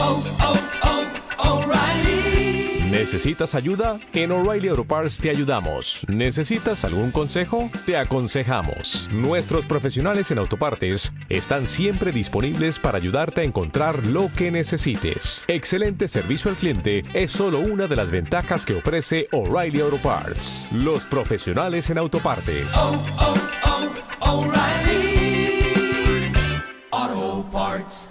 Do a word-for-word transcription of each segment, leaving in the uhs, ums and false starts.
oh, oh, O'Reilly. ¿Necesitas ayuda? En O'Reilly Auto Parts te ayudamos. ¿Necesitas algún consejo? Te aconsejamos. Nuestros profesionales en autopartes están siempre disponibles para ayudarte a encontrar lo que necesites. Excelente servicio al cliente es solo una de las ventajas que ofrece O'Reilly Auto Parts. Los profesionales en autopartes. Oh, oh, oh, O'Reilly Auto Parts.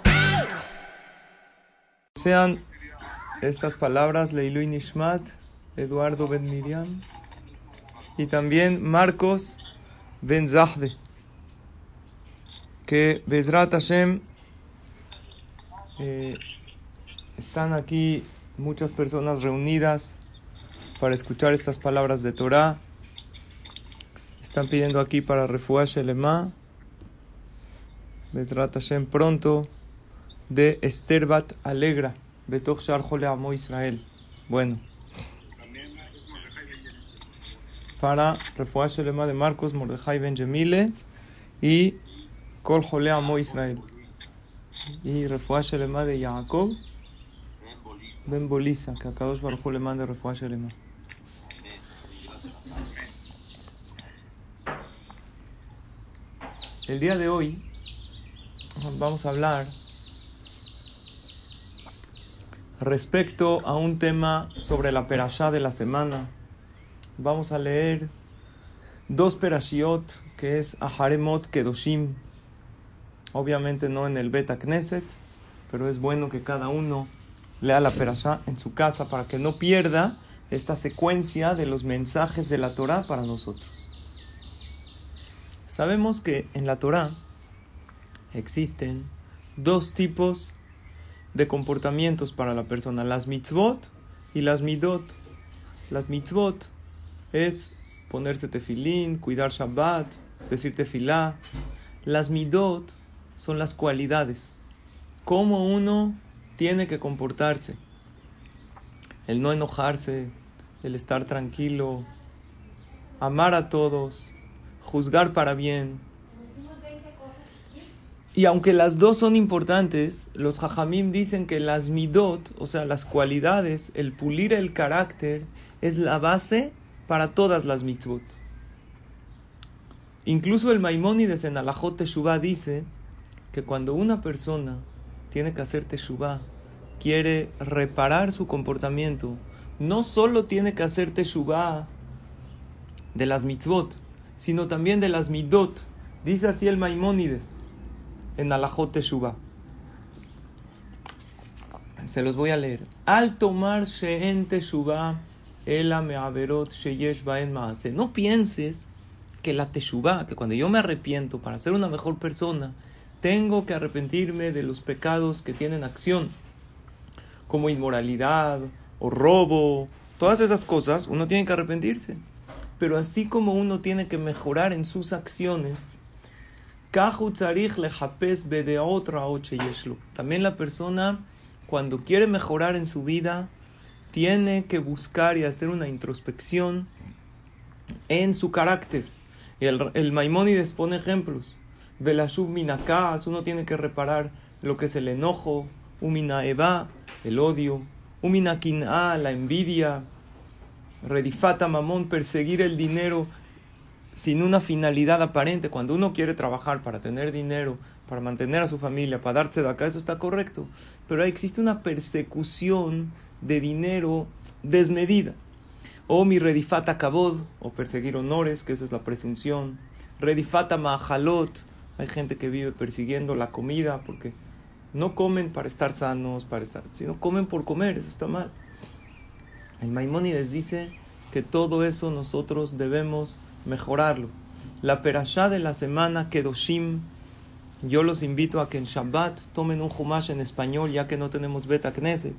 Sean estas palabras Leilui Nishmat, Eduardo Ben Miriam, y también Marcos Ben Zahde, que Bezrat Hashem eh, están aquí muchas personas reunidas para escuchar estas palabras de Torah. Están pidiendo aquí para Refuah Shelema, Bezrat Hashem pronto, de Esther Bat Alegra, Betoch Shar Jole Amo Israel. Bueno, para Refuah Shelema de Marcos, Mordejai Ben Jemile y Kol Jole Amo Israel. Y Refuah Shelema de Yaakov Ben Bolisa, que a Kadosh Baruj Hu le mande Refuah Shelema. El día de hoy vamos a hablar respecto a un tema sobre la perashá de la semana. Vamos a leer dos perashiot, que es Aharemot Kedoshim. Obviamente no en el Bet Knesset, pero es bueno que cada uno lea la perashá en su casa para que no pierda esta secuencia de los mensajes de la Torah para nosotros. Sabemos que en la Torah existen dos tipos de comportamientos para la persona: las mitzvot y las midot. Las mitzvot es ponerse tefilín, cuidar Shabbat, decir tefilá. Las midot son las cualidades, cómo uno tiene que comportarse, el no enojarse, el estar tranquilo, amar a todos, juzgar para bien. Y aunque las dos son importantes, los Jajamim dicen que las midot, o sea, las cualidades, el pulir el carácter, es la base para todas las mitzvot. Incluso el Maimónides en Alajot Teshuvah dice que cuando una persona tiene que hacer Teshuvah, quiere reparar su comportamiento, no solo tiene que hacer Teshuvah de las mitzvot, sino también de las midot. Dice así el Maimónides en Alajot Teshuvah. Se los voy a leer. Al tomar she'en Teshuvah ela me'averot sheyesh baen ma'ase. No pienses que la Teshuvah, que cuando yo me arrepiento para ser una mejor persona, tengo que arrepentirme de los pecados que tienen acción, como inmoralidad o robo. Todas esas cosas uno tiene que arrepentirse. Pero así como uno tiene que mejorar en sus acciones, también la persona, cuando quiere mejorar en su vida, tiene que buscar y hacer una introspección en su carácter. Y el, el Maimónides pone ejemplos. Velashub minakas, uno tiene que reparar lo que es el enojo, umina eva, el odio, umina kin'a, la envidia, redifata mamón, perseguir el dinero sin una finalidad aparente. Cuando uno quiere trabajar para tener dinero, para mantener a su familia, para darse de acá, eso está correcto. Pero existe una persecución de dinero desmedida. O mi redifata kabod, o perseguir honores, que eso es la presunción. Redifata mahalot, hay gente que vive persiguiendo la comida porque no comen para estar sanos, para estar, sino comen por comer, eso está mal. El Maimónides dice que todo eso nosotros debemos mejorarlo. La perashá de la semana Kedoshim, yo los invito a que en Shabbat tomen un Humash en español, ya que no tenemos Bet Knesset,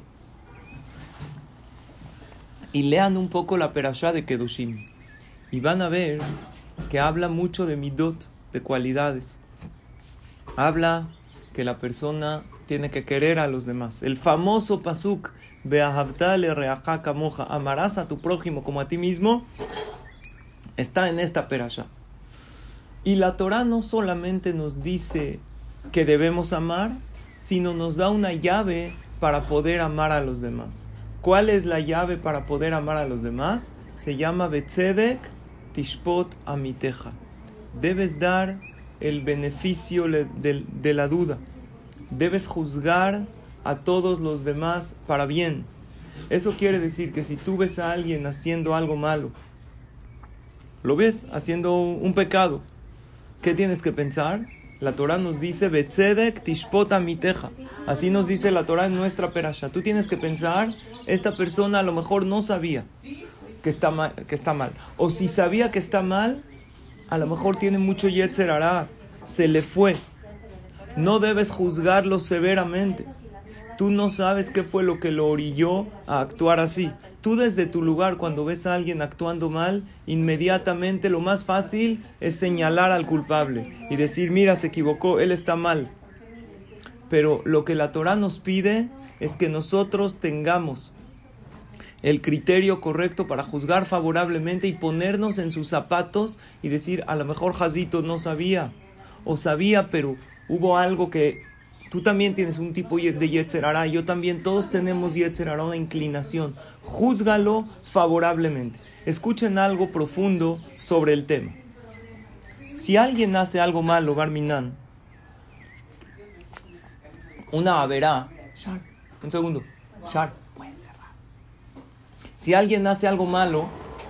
y lean un poco la perashá de Kedoshim, y van a ver que habla mucho de midot, de cualidades. Habla que la persona tiene que querer a los demás. El famoso pasuk Beahavta lereaja kamoja, amarás a tu prójimo como a ti mismo, está en esta perashá. Y la Torah no solamente nos dice que debemos amar, sino nos da una llave para poder amar a los demás. ¿Cuál es la llave para poder amar a los demás? Se llama Betzedek Tishpot Amiteja. Debes dar el beneficio de, de, de la duda. Debes juzgar a todos los demás para bien. Eso quiere decir que si tú ves a alguien haciendo algo malo, lo ves haciendo un pecado, ¿qué tienes que pensar? La Torah nos dice Betzedek Tishpot Amiteja. Así nos dice la Torah en nuestra perasha. Tú tienes que pensar, esta persona a lo mejor no sabía que está mal, que está mal. O si sabía que está mal, a lo mejor tiene mucho Yetzer Hara, se le fue. No debes juzgarlo severamente. Tú no sabes qué fue lo que lo orilló a actuar así. Tú desde tu lugar, cuando ves a alguien actuando mal, inmediatamente lo más fácil es señalar al culpable y decir, mira, se equivocó, él está mal. Pero lo que la Torah nos pide es que nosotros tengamos el criterio correcto para juzgar favorablemente y ponernos en sus zapatos y decir, a lo mejor Jazito no sabía, o sabía, pero hubo algo que... Tú también tienes un tipo de Yetzer Hara, yo también, todos tenemos Yetzer Hara, una inclinación. Júzgalo favorablemente. Escuchen algo profundo sobre el tema. Si alguien hace algo malo, Barminan, una averá, un segundo, Shar, si alguien hace algo malo,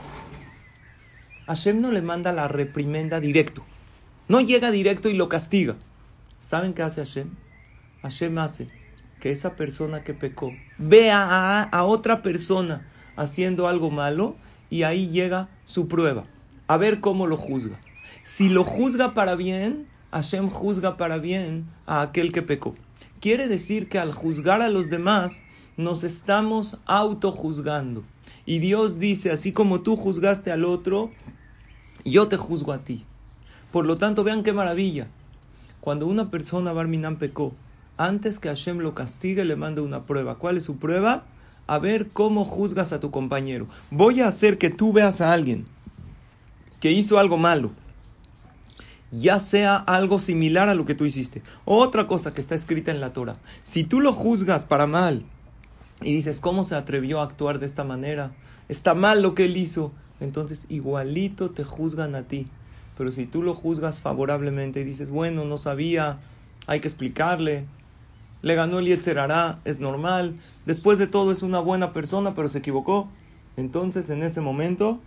Hashem no le manda la reprimenda directo. No llega directo y lo castiga. ¿Saben qué hace Hashem? Hashem hace que esa persona que pecó vea a, a otra persona haciendo algo malo y ahí llega su prueba. A ver cómo lo juzga. Si lo juzga para bien, Hashem juzga para bien a aquel que pecó. Quiere decir que al juzgar a los demás, nos estamos autojuzgando. Y Dios dice, así como tú juzgaste al otro, yo te juzgo a ti. Por lo tanto, vean qué maravilla. Cuando una persona, Barminan, pecó, antes que Hashem lo castigue, le manda una prueba. ¿Cuál es su prueba? A ver cómo juzgas a tu compañero. Voy a hacer que tú veas a alguien que hizo algo malo, ya sea algo similar a lo que tú hiciste, o otra cosa que está escrita en la Torah. Si tú lo juzgas para mal y dices, ¿cómo se atrevió a actuar de esta manera? Está mal lo que él hizo. Entonces igualito te juzgan a ti. Pero si tú lo juzgas favorablemente y dices, bueno, no sabía, hay que explicarle, le ganó el Yetzer Hara, es normal, después de todo es una buena persona, pero se equivocó. Entonces en ese momento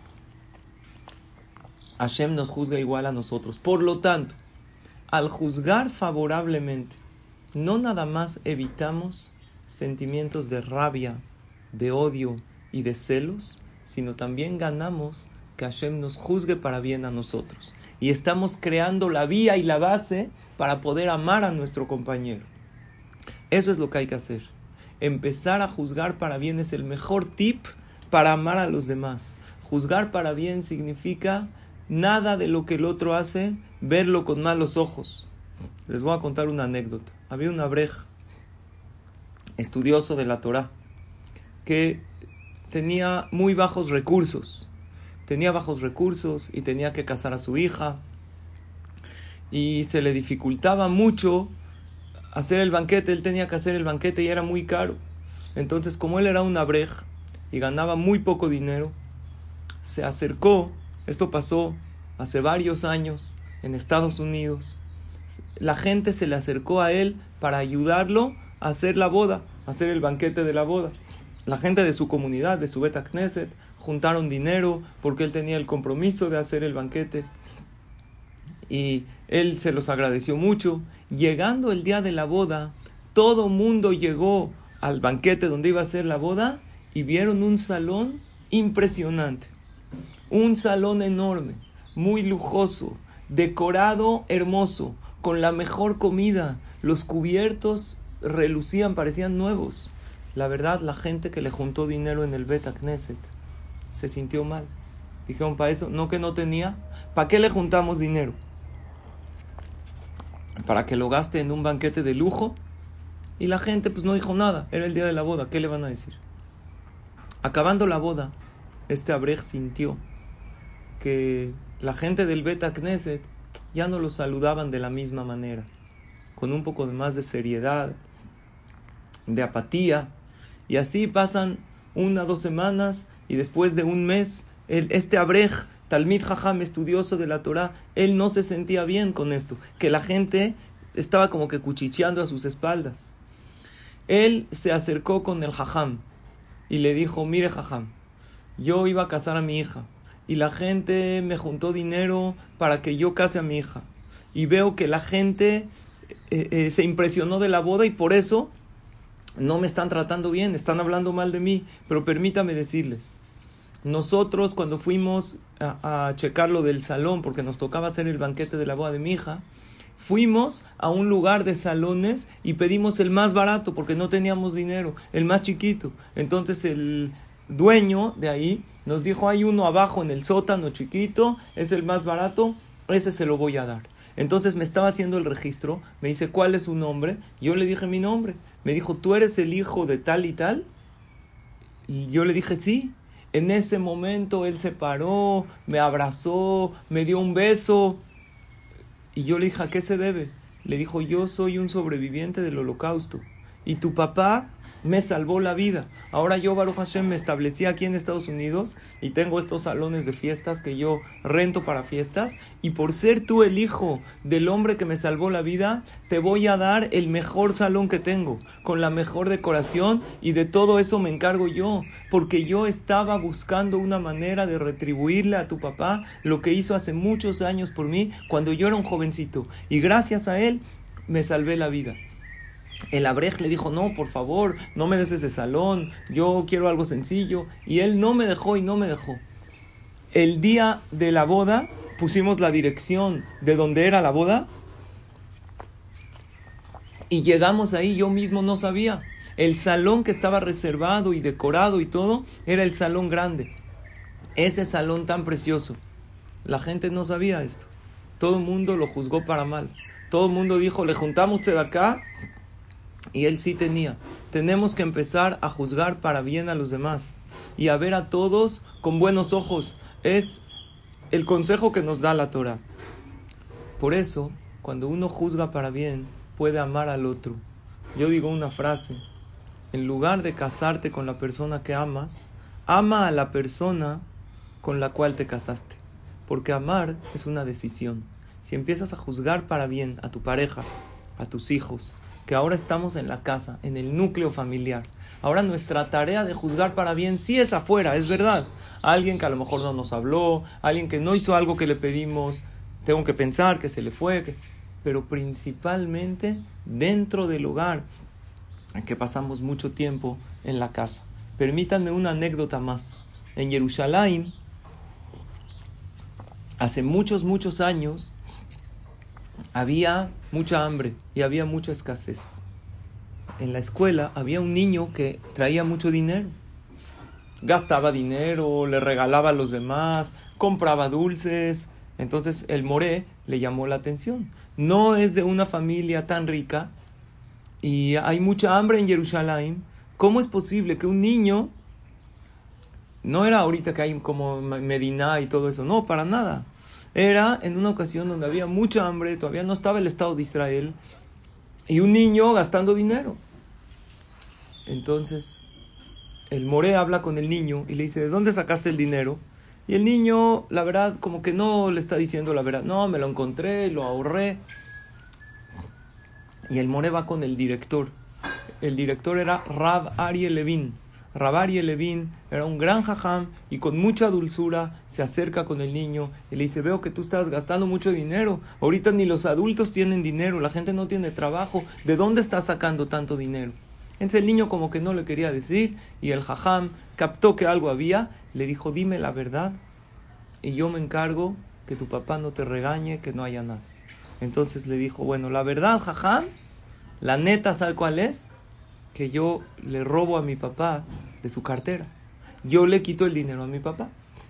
Hashem nos juzga igual a nosotros. Por lo tanto, al juzgar favorablemente, no nada más evitamos sentimientos de rabia, de odio y de celos, sino también ganamos que Hashem nos juzgue para bien a nosotros. Y estamos creando la vía y la base para poder amar a nuestro compañero. Eso es lo que hay que hacer. Empezar a juzgar para bien es el mejor tip para amar a los demás. Juzgar para bien significa nada de lo que el otro hace, verlo con malos ojos. Les voy a contar una anécdota. Había un abrej, estudioso de la Torah, que tenía muy bajos recursos. Tenía bajos recursos y tenía que casar a su hija. Y se le dificultaba mucho hacer el banquete. Él tenía que hacer el banquete y era muy caro. Entonces, como él era un abrej y ganaba muy poco dinero, se acercó. Esto pasó hace varios años en Estados Unidos. La gente se le acercó a él para ayudarlo a hacer la boda, a hacer el banquete de la boda. La gente de su comunidad, de su Bet Knesset, juntaron dinero porque él tenía el compromiso de hacer el banquete. Y él se los agradeció mucho. Llegando el día de la boda, todo mundo llegó al banquete donde iba a ser la boda y vieron un salón impresionante. Un salón enorme, muy lujoso, decorado hermoso, con la mejor comida. Los cubiertos relucían, parecían nuevos. La verdad, la gente que le juntó dinero en el Bet Knesset se sintió mal. Dijeron, ¿para eso? No, que no tenía. ¿Para qué le juntamos dinero? ¿Para que lo gaste en un banquete de lujo? Y la gente pues no dijo nada. Era el día de la boda. ¿Qué le van a decir? Acabando la boda, este abrej sintió que la gente del Bet Knesset ya no lo saludaban de la misma manera, con un poco de más de seriedad. de apatía. Y así pasan una, dos semanas, y después de un mes, el, este Abrej, Talmid Jajam, estudioso de la Torah, él no se sentía bien con esto, que la gente estaba como que cuchicheando a sus espaldas. Él se acercó con el Jajam y le dijo: mire Jajam, yo iba a casar a mi hija y la gente me juntó dinero para que yo case a mi hija, y veo que la gente eh, eh, se impresionó de la boda y por eso no me están tratando bien, están hablando mal de mí. Pero permítame decirles, nosotros cuando fuimos a, a checar lo del salón, porque nos tocaba hacer el banquete de la boda de mi hija, fuimos a un lugar de salones y pedimos el más barato porque no teníamos dinero, el más chiquito. Entonces el dueño de ahí nos dijo: hay uno abajo en el sótano chiquito, es el más barato, ese se lo voy a dar. Entonces me estaba haciendo el registro, me dice: ¿cuál es su nombre? Yo le dije mi nombre. Me dijo: ¿tú eres el hijo de tal y tal? Y yo le dije: sí. En ese momento él se paró, me abrazó, me dio un beso. Y yo le dije: ¿a qué se debe? Le dijo: yo soy un sobreviviente del holocausto y tu papá me salvó la vida. Ahora yo, Baruch Hashem, me establecí aquí en Estados Unidos y tengo estos salones de fiestas que yo rento para fiestas, y por ser tú el hijo del hombre que me salvó la vida, te voy a dar el mejor salón que tengo, con la mejor decoración, y de todo eso me encargo yo, porque yo estaba buscando una manera de retribuirle a tu papá lo que hizo hace muchos años por mí cuando yo era un jovencito, y gracias a él me salvé la vida. El Abrej le dijo: no, por favor, no me des ese salón, yo quiero algo sencillo. Y él no me dejó y no me dejó. El día de la boda pusimos la dirección de donde era la boda y llegamos ahí, yo mismo no sabía. El salón que estaba reservado y decorado y todo era el salón grande. Ese salón tan precioso. La gente no sabía esto. Todo el mundo lo juzgó para mal. Todo el mundo dijo: le juntamos de acá. Y él sí tenía. Tenemos que empezar a juzgar para bien a los demás y a ver a todos con buenos ojos. Es el consejo que nos da la Torah. Por eso, cuando uno juzga para bien, puede amar al otro. Yo digo una frase: en lugar de casarte con la persona que amas, ama a la persona con la cual te casaste. Porque amar es una decisión. Si empiezas a juzgar para bien a tu pareja, a tus hijos, que ahora estamos en la casa, en el núcleo familiar, ahora nuestra tarea de juzgar para bien sí es afuera, es verdad. Alguien que a lo mejor no nos habló, alguien que no hizo algo que le pedimos, tengo que pensar que se le fue, que... pero principalmente dentro del hogar, en que pasamos mucho tiempo en la casa. Permítanme una anécdota más. En Jerusalén, hace muchos, muchos años, había mucha hambre y había mucha escasez. En la escuela había un niño que traía mucho dinero. Gastaba dinero, le regalaba a los demás, compraba dulces. Entonces el moré le llamó la atención. No es de una familia tan rica y hay mucha hambre en Jerusalén. ¿Cómo es posible que un niño... No era ahorita que hay como Medina y todo eso, no, para nada. Era en una ocasión donde había mucha hambre, todavía no estaba el Estado de Israel, y un niño gastando dinero. Entonces, el moré habla con el niño y le dice: ¿de dónde sacaste el dinero? Y el niño, la verdad, como que no le está diciendo la verdad. No, me lo encontré, lo ahorré. Y el moré va con el director. El director era Rab Ariel Levin. Rab Ariel Levin era un gran jajam y con mucha dulzura se acerca con el niño y le dice: veo que tú estás gastando mucho dinero, ahorita ni los adultos tienen dinero, la gente no tiene trabajo, ¿de dónde estás sacando tanto dinero? Entonces el niño como que no le quería decir, y el jajam captó que algo había, le dijo: dime la verdad y yo me encargo que tu papá no te regañe, que no haya nada. Entonces le dijo: bueno, la verdad, jajam, la neta, ¿sabe cuál es? Que yo le robo a mi papá de su cartera. Yo le quito el dinero a mi papá.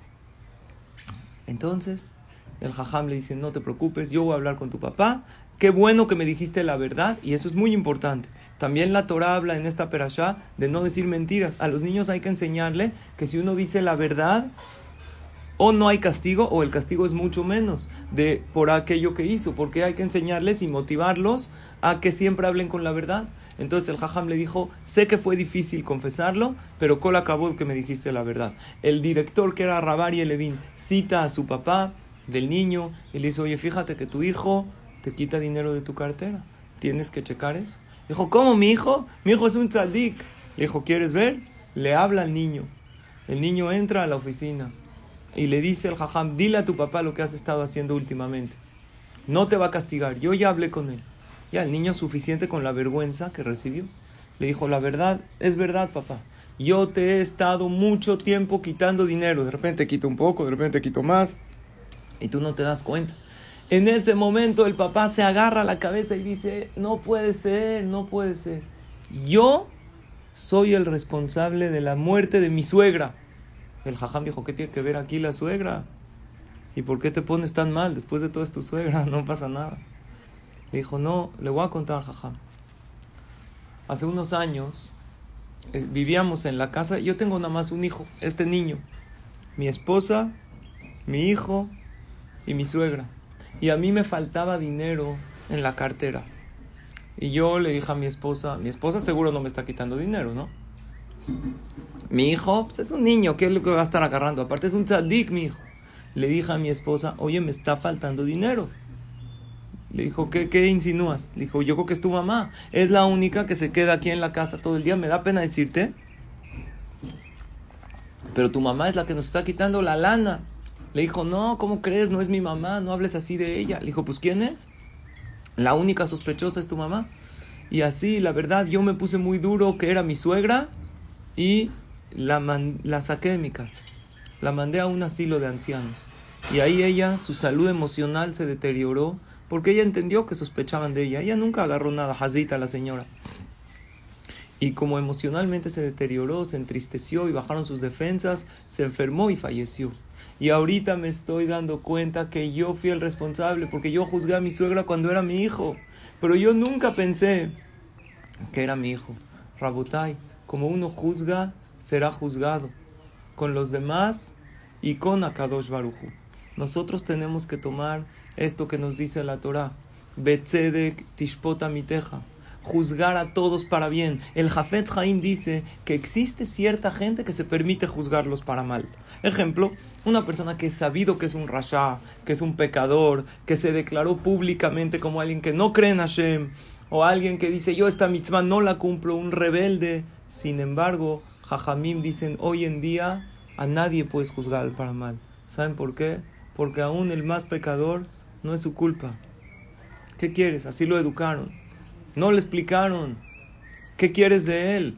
Entonces el jajam le dice: no te preocupes, yo voy a hablar con tu papá. Qué bueno que me dijiste la verdad, y eso es muy importante. También la Torah habla en esta perashá de no decir mentiras. A los niños hay que enseñarle que si uno dice la verdad, O no hay castigo, o el castigo es mucho menos de por aquello que hizo, porque hay que enseñarles y motivarlos a que siempre hablen con la verdad. Entonces el Jajam le dijo, sé que fue difícil confesarlo, pero Kol acabó que me dijiste la verdad. El director, que era Rabari Levin, cita a su papá del niño y le dice, oye, fíjate que tu hijo te quita dinero de tu cartera, tienes que checar eso. Dijo, ¿cómo mi hijo? Mi hijo es un tzadik. Le dijo, ¿quieres ver? Le habla al niño. El niño entra a la oficina y le dice al Jajam, dile a tu papá lo que has estado haciendo últimamente. No te va a castigar, yo ya hablé con él. Ya el niño suficiente con la vergüenza que recibió. Le dijo, la verdad, es verdad, papá. Yo te he estado mucho tiempo quitando dinero. De repente quito un poco, de repente quito más. Y tú no te das cuenta. En ese momento el papá se agarra la cabeza y dice, no puede ser, no puede ser. Yo soy el responsable de la muerte de mi suegra. El Jajam dijo, ¿qué tiene que ver aquí la suegra? ¿Y por qué te pones tan mal? Después de todo es tu suegra, no pasa nada. Le dijo, no, le voy a contar al Jajam. Hace unos años eh, vivíamos en la casa, yo tengo nada más un hijo, este niño, mi esposa, mi hijo y mi suegra. Y a mí me faltaba dinero en la cartera. Y yo le dije a mi esposa, mi esposa seguro no me está quitando dinero, ¿no? Mi hijo, pues es un niño, ¿qué es lo que va a estar agarrando? Aparte es un tzadik, mi hijo. Le dije a mi esposa, oye, me está faltando dinero. Le dijo, ¿qué, qué insinúas? Le dijo, yo creo que es tu mamá. Es la única que se queda aquí en la casa todo el día. Me da pena decirte. Pero tu mamá es la que nos está quitando la lana. Le dijo, no, ¿cómo crees? No es mi mamá, no hables así de ella. Le dijo, pues ¿quién es? La única sospechosa es tu mamá. Y así, la verdad, yo me puse muy duro que era mi suegra y la, man- la saqué de mi casa. La mandé a un asilo de ancianos. Y ahí ella, su salud emocional se deterioró porque ella entendió que sospechaban de ella. Ella nunca agarró nada, Hazita, la señora. Y como emocionalmente se deterioró, se entristeció y bajaron sus defensas, se enfermó y falleció. Y ahorita me estoy dando cuenta que yo fui el responsable porque yo juzgué a mi suegra cuando era mi hijo. Pero yo nunca pensé que era mi hijo. Rabotai, como uno juzga, será juzgado. Con los demás y con Akadosh Baruj Hu. Nosotros tenemos que tomar esto que nos dice la Torah. Betzedek tishpot amiteja. Juzgar a todos para bien. El Hafetz Haim dice que existe cierta gente que se permite juzgarlos para mal. Ejemplo, una persona que es sabido que es un rasha, que es un pecador, que se declaró públicamente como alguien que no cree en Hashem, o alguien que dice yo esta mitzvah no la cumplo, un rebelde. Sin embargo, Jajamim dicen hoy en día a nadie puedes juzgar para mal. ¿Saben por qué? Porque aún el más pecador no es su culpa. ¿Qué quieres? Así lo educaron. No le explicaron. ¿Qué quieres de él?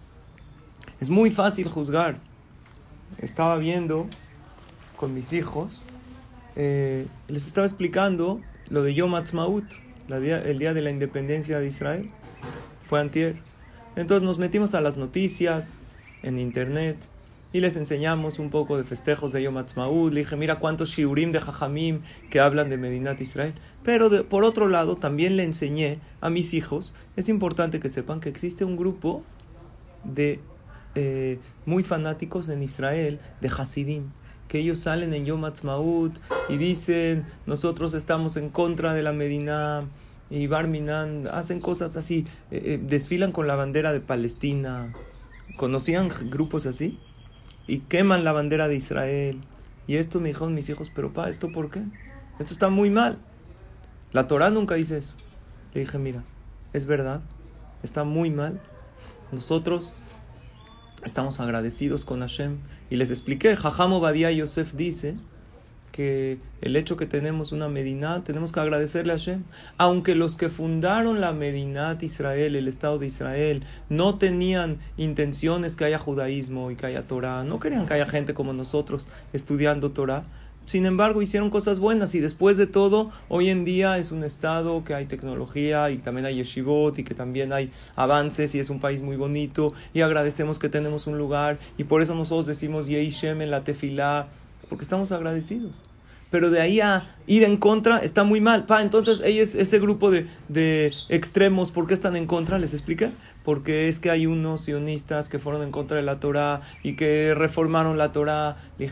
Es muy fácil juzgar. Estaba viendo con mis hijos, eh, les estaba explicando lo de Yom Ha'atzmaut, la día, el día de la independencia de Israel. Fue antier. Entonces nos metimos a las noticias en internet y les enseñamos un poco de festejos de Yom Ha'atzmaut. Le dije, mira cuántos shiurim de Jajamim que hablan de Medinat Israel. Pero de, por otro lado, también le enseñé a mis hijos, es importante que sepan que existe un grupo de eh, muy fanáticos en Israel, de Hasidim, que ellos salen en Yom Ha'atzmaut y dicen, nosotros estamos en contra de la Medina, y Bar Minan, hacen cosas así, eh, eh, desfilan con la bandera de Palestina. ¿Conocían grupos así? Y queman la bandera de Israel. Y esto me dijeron mis hijos, pero pa, ¿esto por qué? Esto está muy mal. La Torah nunca dice eso. Le dije, mira, es verdad, está muy mal. Nosotros estamos agradecidos con Hashem. Y les expliqué, Jajam Ovadia Yosef dice que el hecho que tenemos una Medinat, tenemos que agradecerle a Hashem. Aunque los que fundaron la Medinat Israel, el Estado de Israel, no tenían intenciones que haya judaísmo y que haya Torah, no querían que haya gente como nosotros estudiando Torah, sin embargo hicieron cosas buenas y después de todo, hoy en día es un estado que hay tecnología y también hay yeshivot y que también hay avances y es un país muy bonito y agradecemos que tenemos un lugar y por eso nosotros decimos Yehi Shem en la tefilá, porque estamos agradecidos. Pero de ahí a ir en contra está muy mal. Pa, entonces ellos, ese grupo de, de extremos, ¿por qué están en contra? ¿Les expliqué? Porque es que hay unos sionistas que fueron en contra de la Torah y que reformaron la Torah. Le dije,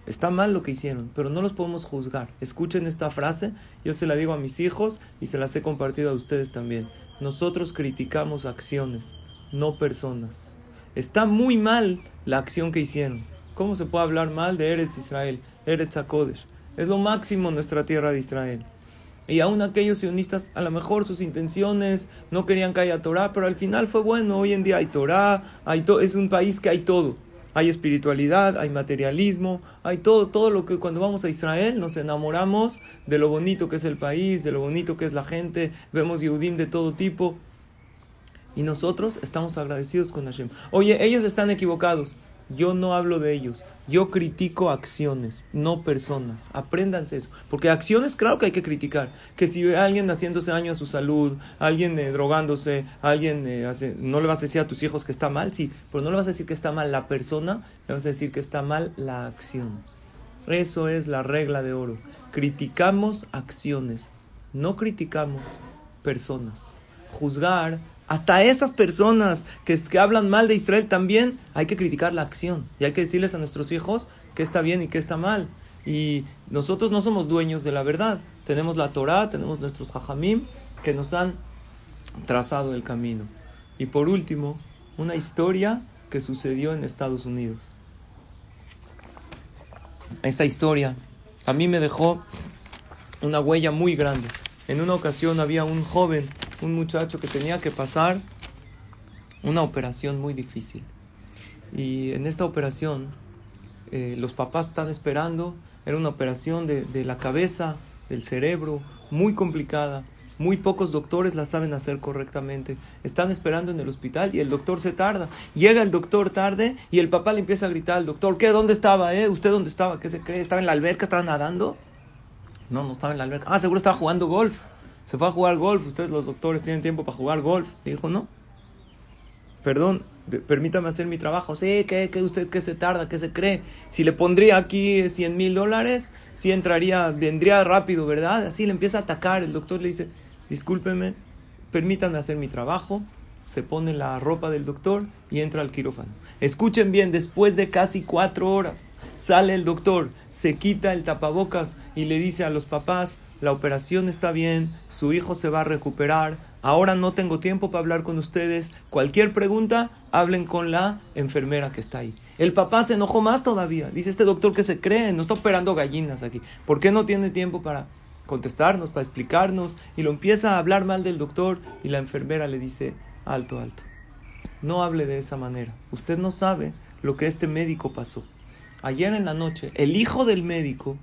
Está mal lo que hicieron, pero no los podemos juzgar. Escuchen esta frase, yo se la digo a mis hijos y se las he compartido a ustedes también. Nosotros criticamos acciones, no personas. Está muy mal la acción que hicieron. ¿Cómo se puede hablar mal de Eretz Israel? Eretz HaKodesh. Es lo máximo en nuestra tierra de Israel. Y aún aquellos sionistas, a lo mejor sus intenciones no querían que haya Torah, pero al final fue bueno. Hoy en día hay Torah, hay to- es un país que hay todo. Hay espiritualidad, hay materialismo, hay todo, todo lo que cuando vamos a Israel nos enamoramos de lo bonito que es el país, de lo bonito que es la gente, vemos Yehudim de todo tipo. Y nosotros estamos agradecidos con Hashem. Oye, ellos están equivocados. Yo no hablo de ellos. Yo critico acciones, no personas. Apréndanse eso. Porque acciones, claro que hay que criticar. Que si ve a alguien haciéndose daño a su salud, alguien eh, drogándose, alguien eh, hace, no le vas a decir a tus hijos que está mal, sí, pero no le vas a decir que está mal la persona, le vas a decir que está mal la acción. Eso es la regla de oro. Criticamos acciones, no criticamos personas. Juzgar, hasta esas personas que, que hablan mal de Israel también hay que criticar la acción. Y hay que decirles a nuestros hijos qué está bien y qué está mal. Y nosotros no somos dueños de la verdad. Tenemos la Torah, tenemos nuestros Jajamim que nos han trazado el camino. Y por último, una historia que sucedió en Estados Unidos. Esta historia a mí me dejó una huella muy grande. En una ocasión había un joven, un muchacho que tenía que pasar una operación muy difícil. Y en esta operación, eh, los papás están esperando. Era una operación de, de la cabeza, del cerebro, muy complicada. Muy pocos doctores la saben hacer correctamente. Están esperando en el hospital y el doctor se tarda. Llega el doctor tarde y el papá le empieza a gritar al doctor: ¿Qué? ¿Dónde estaba? Eh? ¿Usted dónde estaba? ¿Qué se cree? ¿Estaba en la alberca? ¿Estaba nadando? No, no estaba en la alberca. Ah, seguro estaba jugando golf. Se fue a jugar golf. Ustedes los doctores tienen tiempo para jugar golf. Le dijo: no. Perdón, permítame hacer mi trabajo. Sí, ¿qué? ¿Qué usted qué se tarda? ¿Qué se cree? Si le pondría aquí cien mil dólares, sí entraría, vendría rápido, ¿verdad? Así le empieza a atacar. El doctor le dice: discúlpeme, permítanme hacer mi trabajo. Se pone la ropa del doctor y entra al quirófano. Escuchen bien, después de casi cuatro horas, sale el doctor, se quita el tapabocas y le dice a los papás: la operación está bien, su hijo se va a recuperar, ahora no tengo tiempo para hablar con ustedes, cualquier pregunta, hablen con la enfermera que está ahí. El papá se enojó más todavía, dice: este doctor que se cree, no está operando gallinas aquí, ¿por qué no tiene tiempo para contestarnos, para explicarnos? Y lo empieza a hablar mal del doctor y la enfermera le dice: alto, alto, no hable de esa manera, usted no sabe lo que este médico pasó. Ayer en la noche, el hijo del médico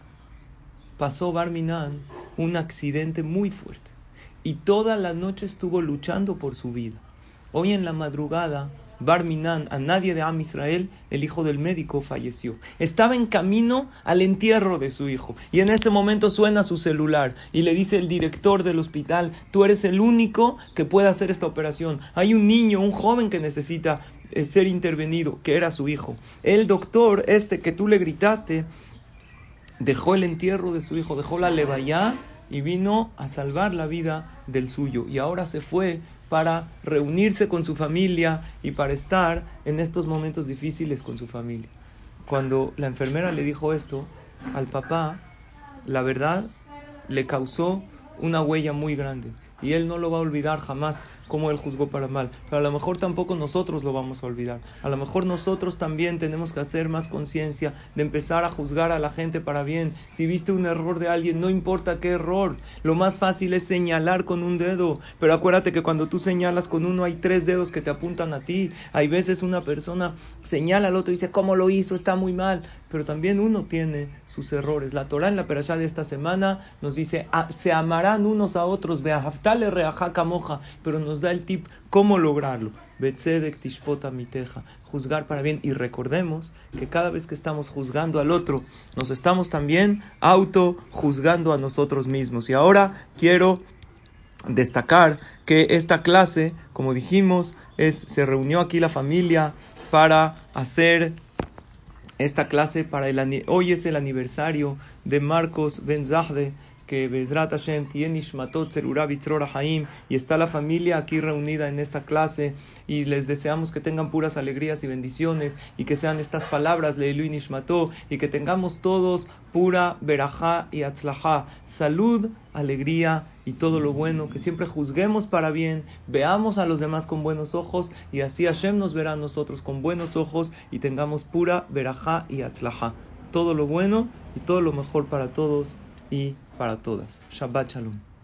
pasó, Bar Minan, un accidente muy fuerte y toda la noche estuvo luchando por su vida. Hoy en la madrugada, Bar Minan, a nadie de Am Israel, el hijo del médico falleció. Estaba en camino al entierro de su hijo y en ese momento suena su celular y le dice el director del hospital: tú eres el único que puede hacer esta operación. Hay un niño, un joven que necesita eh, ser intervenido, que era su hijo. El doctor este que tú le gritaste dejó el entierro de su hijo, dejó la levayá y vino a salvar la vida del suyo. Y ahora se fue para reunirse con su familia y para estar en estos momentos difíciles con su familia. Cuando la enfermera le dijo esto al papá, la verdad le causó una huella muy grande y él no lo va a olvidar jamás como él juzgó para mal, pero a lo mejor tampoco nosotros lo vamos a olvidar. A lo mejor nosotros también tenemos que hacer más conciencia de empezar a juzgar a la gente para bien. Si viste un error de alguien, no importa qué error, lo más fácil es señalar con un dedo, pero acuérdate que cuando tú señalas con uno hay tres dedos que te apuntan a ti. Hay veces una persona señala al otro y dice: ¿cómo lo hizo? Está muy mal, pero también uno tiene sus errores. La Torah en la perashá de esta semana nos dice: ah, se amarán unos a otros, beahaftale reajá kamoja, pero nos da el tip cómo lograrlo. Betzedek tishpota miteja, juzgar para bien. Y recordemos que cada vez que estamos juzgando al otro, nos estamos también auto juzgando a nosotros mismos. Y ahora quiero destacar que esta clase, como dijimos, es, se reunió aquí la familia para hacer esta clase para el hoy es el aniversario de Marcos Ben Zahde, que Bezrat Hashem Tien Nishmatot Zerura Bitzror Haim, y está la familia aquí reunida en esta clase, y les deseamos que tengan puras alegrías y bendiciones, y que sean estas palabras Leilui Nishmato, y que tengamos todos pura Berajá y Atzlajá, salud, alegría y todo lo bueno, que siempre juzguemos para bien, veamos a los demás con buenos ojos, y así Hashem nos verá a nosotros con buenos ojos, y tengamos pura Berajá y Atzlajá, todo lo bueno y todo lo mejor para todos y para todas. Shabbat Shalom.